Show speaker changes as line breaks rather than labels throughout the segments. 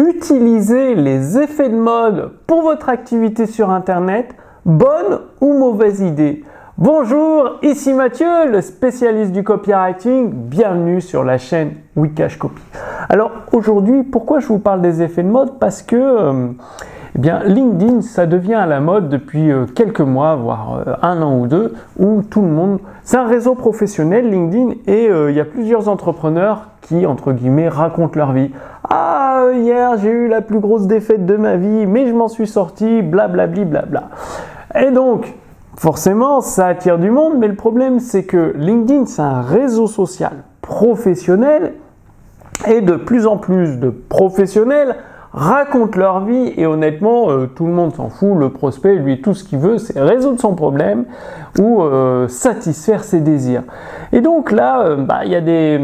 Utilisez les effets de mode pour votre activité sur Internet, bonne ou mauvaise idée? Bonjour, ici Mathieu, le spécialiste du copywriting. Bienvenue sur la chaîne Wikash Copy. Alors aujourd'hui, pourquoi je vous parle des effets de mode? Parce que LinkedIn, ça devient à la mode depuis quelques mois, voire un an ou deux, où tout le monde... C'est un réseau professionnel, LinkedIn, et il y a plusieurs entrepreneurs qui, entre guillemets, racontent leur vie. Ah, hier, j'ai eu la plus grosse défaite de ma vie, mais je m'en suis sorti, blablabli, blabla. Et donc, forcément, ça attire du monde, mais le problème, c'est que LinkedIn, c'est un réseau social professionnel, et de plus en plus de professionnels racontent leur vie et honnêtement, tout le monde s'en fout. Le prospect, lui, tout ce qu'il veut, c'est résoudre son problème ou satisfaire ses désirs. Et donc là, il y a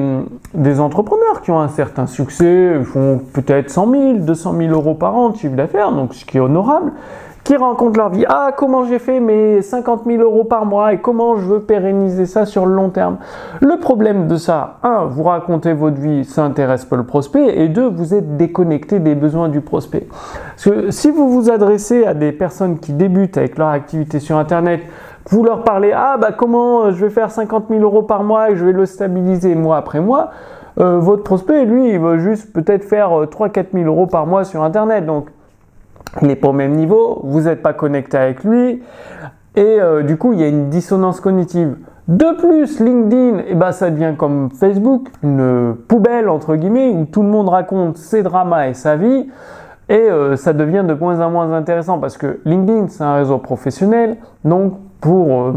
des entrepreneurs qui ont un certain succès, ils font peut-être 100 000, 200 000 euros par an de chiffre d'affaires, donc ce qui est honorable, qui racontent leur vie. Ah, comment j'ai fait mes 50 000 euros par mois et comment je veux pérenniser ça sur le long terme. Le problème de ça, vous racontez votre vie, ça intéresse pas le prospect, et deux, vous êtes déconnecté des besoins du prospect. Parce que si vous vous adressez à des personnes qui débutent avec leur activité sur Internet, vous leur parlez, comment je vais faire 50 000 euros par mois et je vais le stabiliser mois après mois, votre prospect, lui, il va juste peut-être faire 3-4 000 euros par mois sur Internet. Donc, il n'est pas au même niveau, vous n'êtes pas connecté avec lui et du coup il y a une dissonance cognitive. De plus, LinkedIn, ça devient comme Facebook, une poubelle entre guillemets où tout le monde raconte ses dramas et sa vie et ça devient de moins en moins intéressant parce que LinkedIn c'est un réseau professionnel, donc pour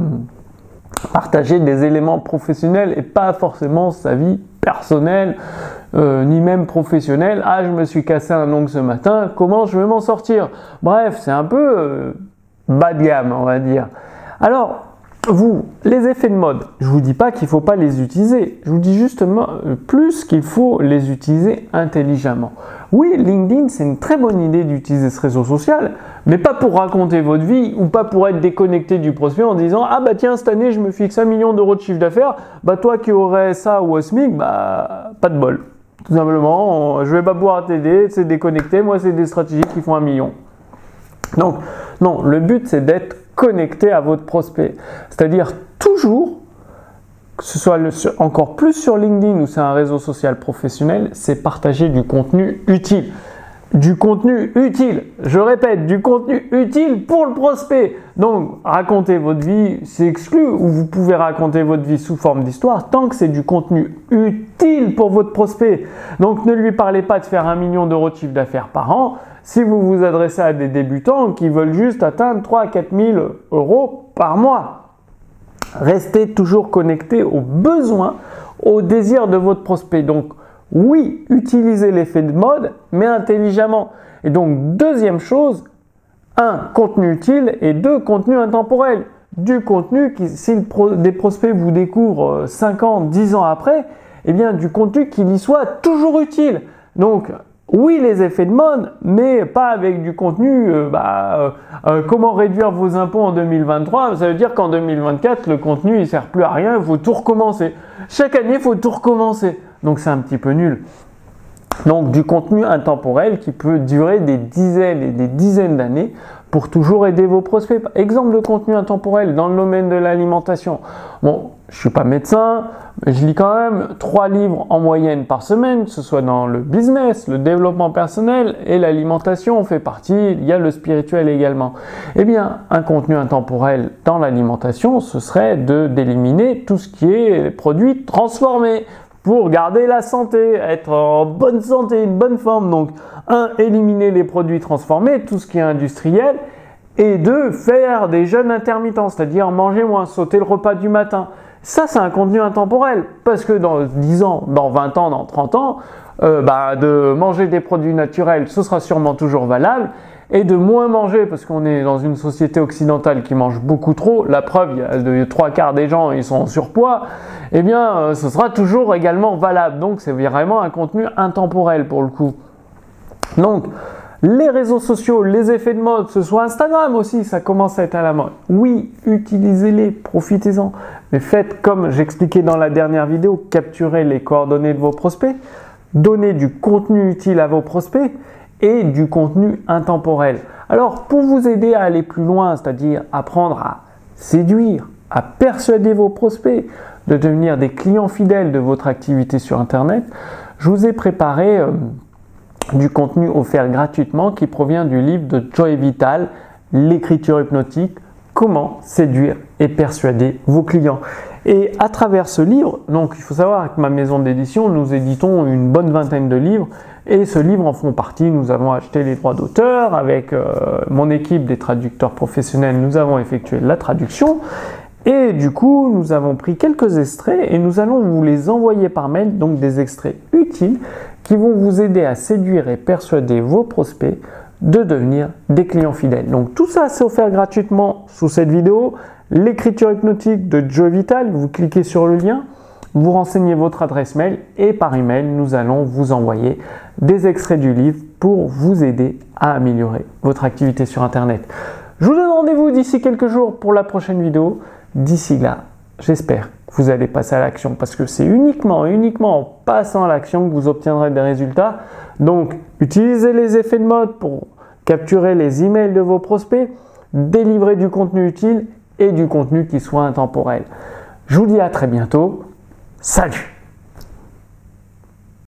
partager des éléments professionnels et pas forcément sa vie personnelle ni même professionnelle. Ah, je me suis cassé un ongle ce matin, comment je vais m'en sortir? Bref, c'est un peu bas de gamme, on va dire. Alors, vous, les effets de mode, je vous dis pas qu'il faut pas les utiliser, je vous dis justement plus qu'il faut les utiliser intelligemment. Oui, LinkedIn, c'est une très bonne idée d'utiliser ce réseau social, mais pas pour raconter votre vie ou pas pour être déconnecté du prospect en disant « tiens, cette année, je me fixe 1 million d'euros de chiffre d'affaires, toi qui aurais ça ou au SMIC, pas de bol. » Tout simplement, je vais pas pouvoir t'aider, c'est déconnecté, moi c'est des stratégies qui font 1 million. Donc, non, le but c'est d'être connecté à votre prospect. C'est-à-dire toujours, que ce soit encore plus sur LinkedIn où c'est un réseau social professionnel, c'est partager du contenu utile. Du contenu utile, je répète, du contenu utile pour le prospect. Donc, raconter votre vie, c'est exclu, ou vous pouvez raconter votre vie sous forme d'histoire tant que c'est du contenu utile pour votre prospect. Donc, ne lui parlez pas de faire 1 million d'euros de chiffre d'affaires par an si vous vous adressez à des débutants qui veulent juste atteindre 3 à 4 000 euros par mois. Restez toujours connecté aux besoins, aux désirs de votre prospect. Donc, oui, utilisez l'effet de mode, mais intelligemment. Et donc, deuxième chose, 1, contenu utile et 2, contenu intemporel. Du contenu qui, si des prospects vous découvrent 5 ans, 10 ans après, du contenu qui y soit toujours utile. Donc, oui, les effets de mode, mais pas avec du contenu, comment réduire vos impôts en 2023, ça veut dire qu'en 2024, le contenu, il sert plus à rien, il faut tout recommencer. Chaque année, il faut tout recommencer. Donc, c'est un petit peu nul. Donc, du contenu intemporel qui peut durer des dizaines et des dizaines d'années pour toujours aider vos prospects. Exemple de contenu intemporel dans le domaine de l'alimentation. Bon, je suis pas médecin, mais je lis quand même 3 livres en moyenne par semaine, que ce soit dans le business, le développement personnel et l'alimentation fait partie, il y a le spirituel également. Un contenu intemporel dans l'alimentation, ce serait d'éliminer tout ce qui est produits transformés pour garder la santé, être en bonne santé, une bonne forme. Donc, 1, éliminer les produits transformés, tout ce qui est industriel, et 2, faire des jeûnes intermittents, c'est-à-dire manger moins, sauter le repas du matin. Ça, c'est un contenu intemporel, parce que dans 10 ans, dans 20 ans, dans 30 ans, de manger des produits naturels, ce sera sûrement toujours valable, et de moins manger, parce qu'on est dans une société occidentale qui mange beaucoup trop, la preuve, il y a 3/4 des gens, ils sont en surpoids, ce sera toujours également valable. Donc, c'est vraiment un contenu intemporel pour le coup. Donc, les réseaux sociaux, les effets de mode, ce soit Instagram aussi, ça commence à être à la mode. Oui, utilisez-les, profitez-en. Mais faites comme j'expliquais dans la dernière vidéo, capturez les coordonnées de vos prospects, donnez du contenu utile à vos prospects et du contenu intemporel. Alors, pour vous aider à aller plus loin, c'est-à-dire apprendre à séduire, à persuader vos prospects de devenir des clients fidèles de votre activité sur Internet, je vous ai préparé du contenu offert gratuitement qui provient du livre de Joe Vitale, L'écriture hypnotique, comment séduire et persuader vos clients. Et à travers ce livre, donc il faut savoir que ma maison d'édition, nous éditons une bonne vingtaine de livres et ce livre en font partie. Nous avons acheté les droits d'auteur avec mon équipe des traducteurs professionnels, nous avons effectué la traduction et du coup nous avons pris quelques extraits et nous allons vous les envoyer par mail, donc des extraits utiles qui vont vous aider à séduire et persuader vos prospects de devenir des clients fidèles. Donc tout ça c'est offert gratuitement sous cette vidéo. L'écriture hypnotique de Joe Vitale, vous cliquez sur le lien, vous renseignez votre adresse mail et par email nous allons vous envoyer des extraits du livre pour vous aider à améliorer votre activité sur Internet. Je vous donne rendez-vous d'ici quelques jours pour la prochaine vidéo. D'ici là, j'espère que vous allez passer à l'action parce que c'est uniquement en passant à l'action que vous obtiendrez des résultats. Donc, utilisez les effets de mode pour capturer les emails de vos prospects, délivrer du contenu utile et du contenu qui soit intemporel. Je vous dis à très bientôt. Salut!